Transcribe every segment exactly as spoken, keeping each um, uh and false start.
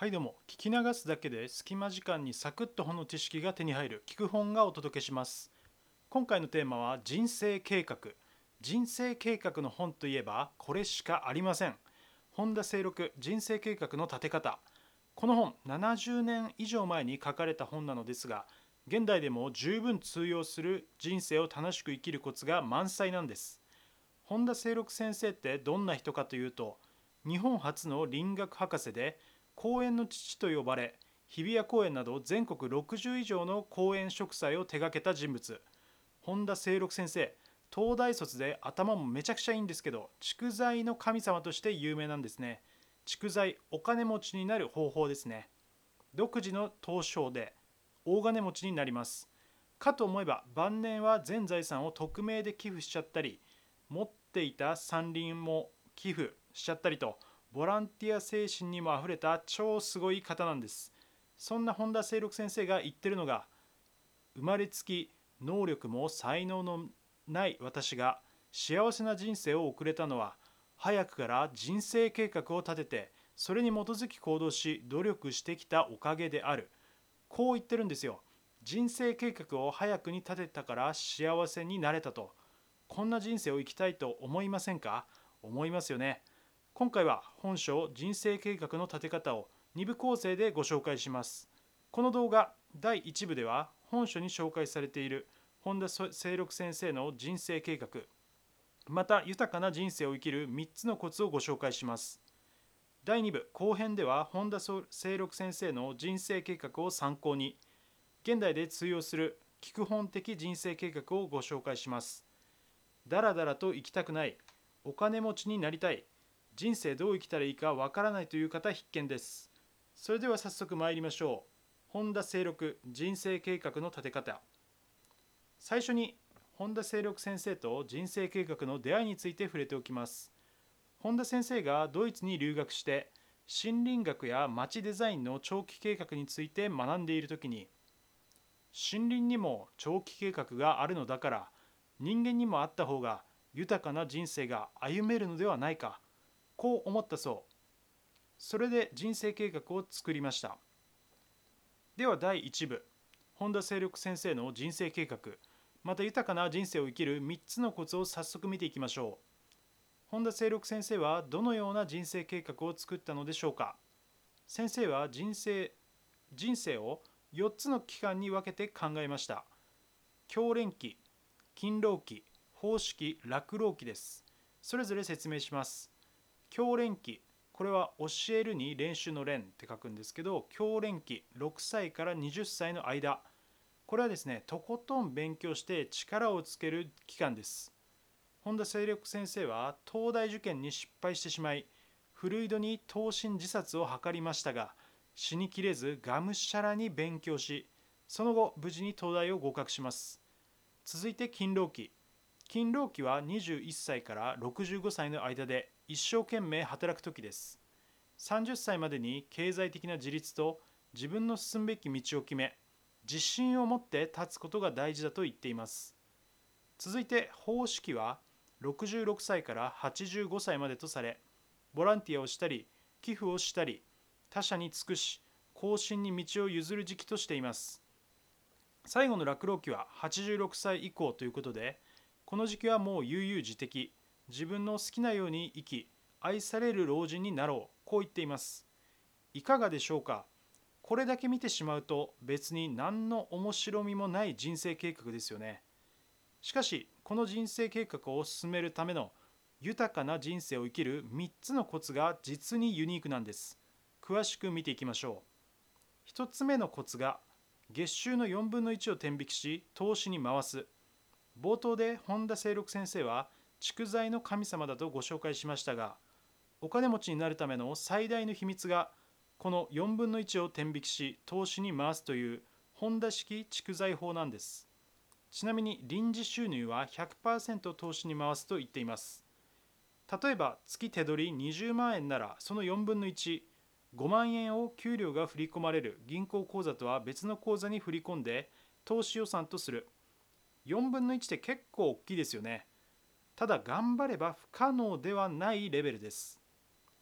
はいどうも、聞き流すだけで隙間時間にサクッと本の知識が手に入る聞く本がお届けします。今回のテーマは人生計画。人生計画の本といえばこれしかありません。本田清六人生計画の立て方。この本ななじゅうねん以上前に書かれた本なのですが、現代でも十分通用する人生を楽しく生きるコツが満載なんです。本田清六先生ってどんな人かというと、日本初の林学博士で公園の父と呼ばれ、日比谷公園など全国ろくじゅう以上の公園植栽を手掛けた人物。本田清六先生、東大卒で頭もめちゃくちゃいいんですけど、蓄財の神様として有名なんですね。蓄財、お金持ちになる方法ですね。独自の投資法で大金持ちになります。かと思えば晩年は全財産を匿名で寄付しちゃったり、持っていた山林も寄付しちゃったりと、ボランティア精神にもあふれた超すごい方なんです。そんな本田清六先生が言ってるのが、生まれつき能力も才能のない私が幸せな人生を送れたのは、早くから人生計画を立ててそれに基づき行動し努力してきたおかげである。こう言ってるんですよ。人生計画を早くに立てたから幸せになれたと。こんな人生を生きたいと思いませんか？思いますよね。今回は本書人生計画の立て方をに部構成でご紹介します。この動画だいいち部では本書に紹介されている本田清六先生の人生計画、また豊かな人生を生きるみっつのコツをご紹介します。だいに部後編では本田清六先生の人生計画を参考に現代で通用する聞く本的人生計画をご紹介します。だらだらと生きたくない、お金持ちになりたい、人生どう生きたらいいかわからないという方必見です。それでは早速参りましょう。本田清六人生計画の立て方。最初に本田清六先生と人生計画の出会いについて触れておきます。本田先生がドイツに留学して森林学や街デザインの長期計画について学んでいるときに、森林にも長期計画があるのだから人間にもあった方が豊かな人生が歩めるのではないか、こう思ったそう。それで人生計画を作りました。ではだいいち部本田清六先生の人生計画、また豊かな人生を生きるみっつのコツを早速見ていきましょう。本田清六先生はどのような人生計画を作ったのでしょうか。先生は人生人生をよっつの期間に分けて考えました。教練期、勤労期、奉仕期、落老期です。それぞれ説明します。教練期、これは教えるに練習の練って書くんですけど、教練期ろくさいからはたちの間、これはですね、とことん勉強して力をつける期間です。本田清六先生は東大受験に失敗してしまい、フルイドに投身自殺を図りましたが、死にきれずがむしゃらに勉強し、その後無事に東大を合格します。続いて勤労期。勤労期はにじゅういっさいからろくじゅうごさいの間で一生懸命働く時です。さんじゅっさいまでに経済的な自立と自分の進むべき道を決め、自信を持って立つことが大事だと言っています。続いて奉仕期はろくじゅうろくさいからはちじゅうごさいまでとされ、ボランティアをしたり寄付をしたり他者に尽くし後進に道を譲る時期としています。最後の落老期ははちじゅうろくさい以降ということで、この時期はもう悠々自適、自分の好きなように生き愛される老人になろう、こう言っています。いかがでしょうか。これだけ見てしまうと別に何の面白みもない人生計画ですよね。しかしこの人生計画を進めるための豊かな人生を生きるみっつのコツが実にユニークなんです。詳しく見ていきましょう。ひとつめのコツが月収のよんぶんのいちを天引きし投資に回す。冒頭で本田清六先生は蓄財の神様だとご紹介しましたが、お金持ちになるための最大の秘密がこのよんぶんのいちを天引きし投資に回すという本田式蓄財法なんです。ちなみに臨時収入は ひゃくパーセント 投資に回すと言っています。例えば月手取りにじゅうまん円なら、そのよんぶんのいち、ごまん円を給料が振り込まれる銀行口座とは別の口座に振り込んで投資予算とする。よんぶんのいちって結構大きいですよね。ただ頑張れば不可能ではないレベルです。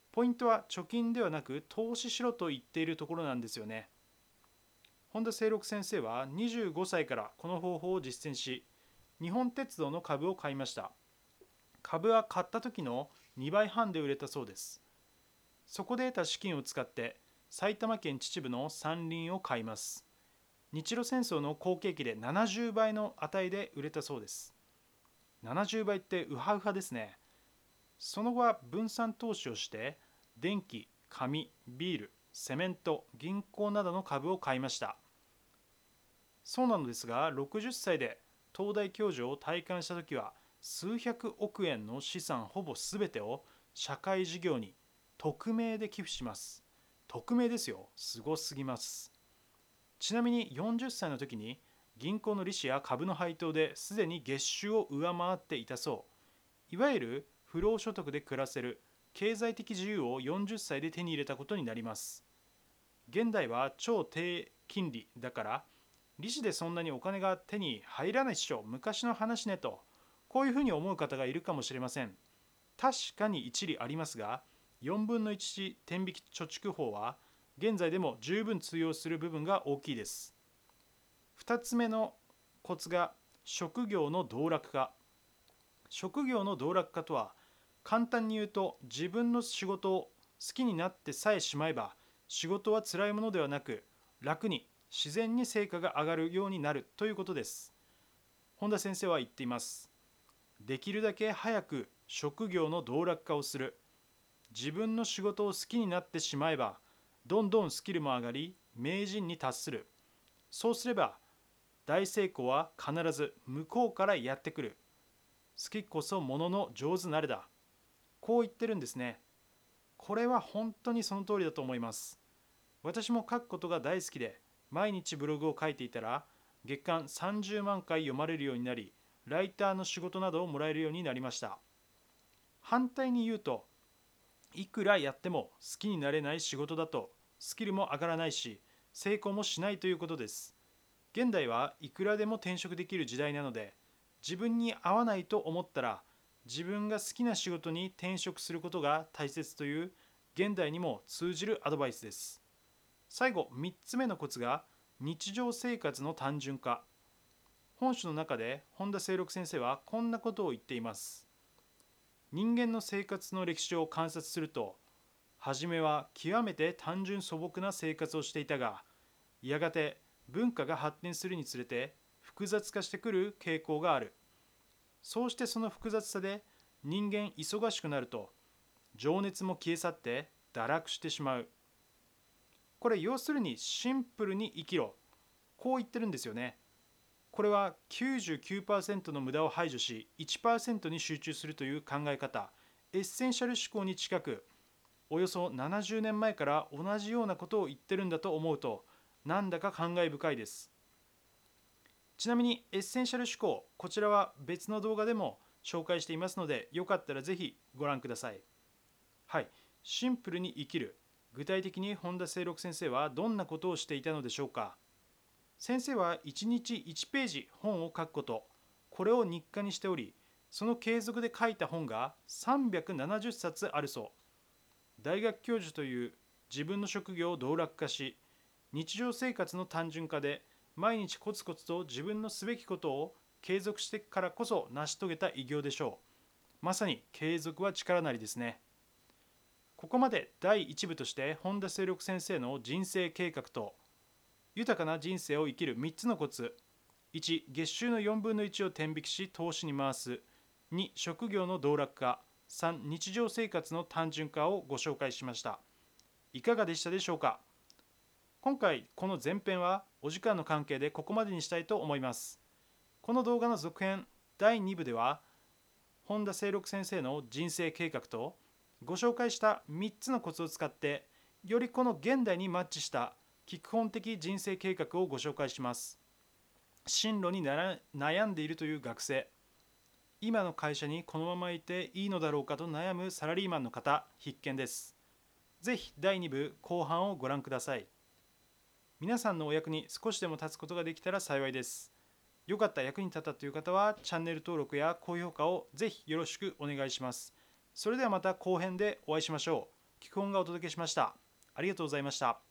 ポイントは貯金ではなく投資しろと言っているところなんですよね。本田清六先生はにじゅうごさいからこの方法を実践し、日本鉄道の株を買いました。株は買った時のにばいはんで売れたそうです。そこで得た資金を使って埼玉県秩父の山林を買います。日露戦争の好景気でななじゅうばいの値で売れたそうです。ななじゅうばいってウハウハですね。その後は分散投資をして電気、紙、ビール、セメント、銀行などの株を買いました。そうなのですが、ろくじゅっさいで東大教授を退官した時は数百億円の資産ほぼ全てを社会事業に匿名で寄付します。匿名ですよ。すごすぎます。ちなみによんじゅっさいの時に銀行の利子や株の配当ですでに月収を上回っていたそう。いわゆる不労所得で暮らせる経済的自由をよんじゅっさいで手に入れたことになります。現代は超低金利だから利子でそんなにお金が手に入らないっしょ、昔の話ねと、こういうふうに思う方がいるかもしれません。確かに一理ありますが、よんぶんのいち天引き貯蓄法は現在でも十分通用する部分が大きいです。ふたつめのコツが職業の道楽化。職業の道楽化とは、簡単に言うと自分の仕事を好きになってさえしまえば仕事は辛いものではなく楽に自然に成果が上がるようになるということです。本田先生は言っています。できるだけ早く職業の道楽化をする。自分の仕事を好きになってしまえばどんどんスキルも上がり名人に達する。そうすれば大成功は必ず向こうからやってくる。好きこそものの上手なれだ。こう言ってるんですね。これは本当にその通りだと思います。私も書くことが大好きで毎日ブログを書いていたら月間さんじゅうまんかい読まれるようになり、ライターの仕事などをもらえるようになりました。反対に言うと、いくらやっても好きになれない仕事だとスキルも上がらないし成功もしないということです。現代はいくらでも転職できる時代なので、自分に合わないと思ったら自分が好きな仕事に転職することが大切という現代にも通じるアドバイスです。最後みっつめのコツが日常生活の単純化。本書の中で本田清六先生はこんなことを言っています。人間の生活の歴史を観察すると、初めは極めて単純素朴な生活をしていたが、やがて文化が発展するにつれて複雑化してくる傾向がある。そうしてその複雑さで人間忙しくなると情熱も消え去って堕落してしまう。これ要するにシンプルに生きろ、こう言ってるんですよね。これは きゅうじゅうきゅうパーセント の無駄を排除し いちパーセント に集中するという考え方、エッセンシャル思考に近く、およそななじゅうねんまえから同じようなことを言ってるんだと思うとなんだか感慨深いです。ちなみにエッセンシャル思考、こちらは別の動画でも紹介していますので、よかったらぜひご覧ください。はい、シンプルに生きる。具体的に本田清六先生はどんなことをしていたのでしょうか。先生はいちにちいちページ本を書くこと、これを日課にしており、その継続で書いた本がさんびゃくななじゅっさつあるそう。大学教授という自分の職業を道楽化し、日常生活の単純化で毎日コツコツと自分のすべきことを継続してからこそ成し遂げた偉業でしょう。まさに継続は力なりですね。ここまでだいいち部として本田清六先生の人生計画と豊かな人生を生きるみっつのコツ。いち、月収のよんぶんのいちを天引きし投資に回す。に、職業の道楽化。さん、日常生活の単純化をご紹介しました。いかがでしたでしょうか。今回この前編はお時間の関係でここまでにしたいと思います。この動画の続編だいに部では本田清六先生の人生計画とご紹介したみっつのコツを使ってよりこの現代にマッチした基本的人生計画をご紹介します。進路に悩んでいるという学生、今の会社にこのままいていいのだろうかと悩むサラリーマンの方、必見です。ぜひだいに部後半をご覧ください。皆さんのお役に少しでも立つことができたら幸いです。よかった役に立ったという方はチャンネル登録や高評価をぜひよろしくお願いします。それではまた後編でお会いしましょう。 聞く本がお届けしました。ありがとうございました。